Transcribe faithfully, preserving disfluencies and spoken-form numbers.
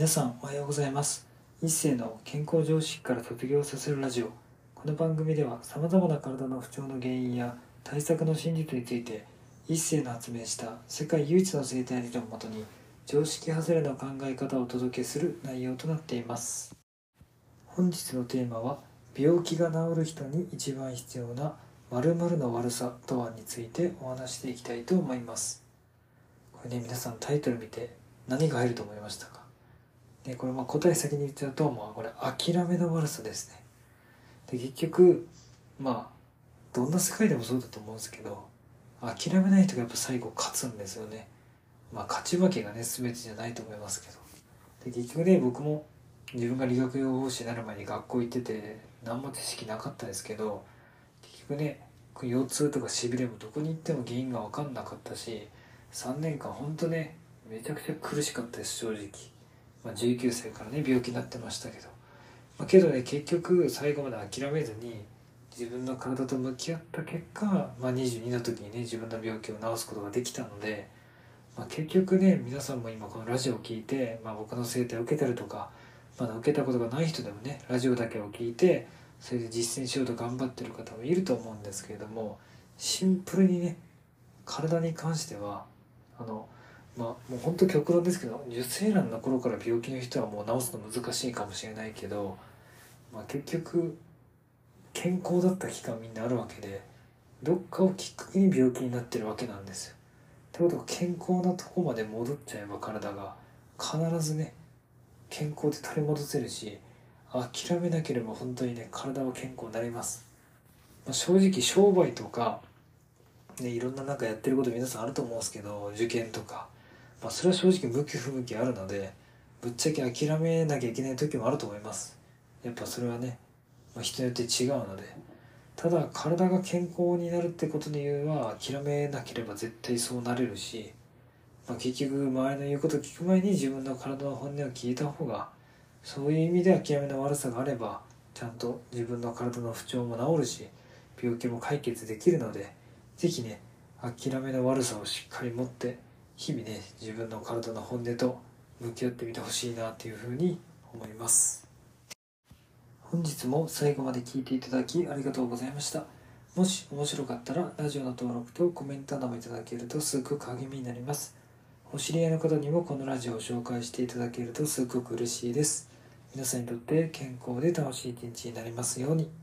皆さんおはようございます。一世の健康常識から卒業させるラジオ。この番組では様々な体の不調の原因や対策の真実について、一世の発明した世界唯一の生態理論をもとに常識外れの考え方をお届けする内容となっています。本日のテーマは、病気が治る人に一番必要な〇〇の悪さとはについてお話していきたいと思います。これね、皆さんタイトル見て何が入ると思いましたか？でこれまあ答え先に言っちゃうと、まあ、これ諦めの悪さですね。で結局まあどんな世界でもそうだと思うんですけど、諦めない人がやっぱ最後勝つんですよね。まあ勝ち負けがね全てじゃないと思いますけど、で結局ね、僕も自分が理学療法士になる前に学校行ってて何も知識なかったですけど、結局ね腰痛とかしびれもどこに行っても原因が分かんなかったし、さんねんかんほんとねめちゃくちゃ苦しかったです正直。まあ、じゅうきゅうさいからね病気になってましたけど、まあ、けどね結局最後まで諦めずに自分の体と向き合った結果、まあ、にじゅうにの時にね自分の病気を治すことができたので、まあ、結局ね皆さんも今このラジオを聞いて、まあ、僕の生態を受けてるとか、まだ受けたことがない人でもねラジオだけを聞いてそれで実践しようと頑張ってる方もいると思うんですけれども、シンプルにね体に関してはあのまあもう本当極論ですけど、受精卵の頃から病気の人はもう治すの難しいかもしれないけど、まあ、結局健康だった期間みんなあるわけで、どっかをきっかけに病気になってるわけなんですよ。ってことは健康なとこまで戻っちゃえば体が必ずね健康で取り戻せるし、諦めなければ本当にね体は健康になります。まあ、正直商売とかね、いろんななんかやってること皆さんあると思うんですけど、受験とか、まあ、それは正直向き不向きあるので、ぶっちゃけ諦めなきゃいけない時もあると思います。やっぱそれはね、まあ、人によって違うので、ただ体が健康になるってことで言うは諦めなければ絶対そうなれるし、まあ、結局周りの言うことを聞く前に自分の体の本音を聞いた方が、そういう意味で諦めの悪さがあればちゃんと自分の体の不調も治るし病気も解決できるので、ぜひね諦めの悪さをしっかり持って日々ね自分の体の本音と向き合ってみてほしいなというふうに思います。本日も最後まで聞いていただきありがとうございました。もし面白かったらラジオの登録とコメントなどもいただけるとすごく励みになります。お知り合いの方にもこのラジオを紹介していただけるとすごく嬉しいです。皆さんにとって健康で楽しい一日になりますように。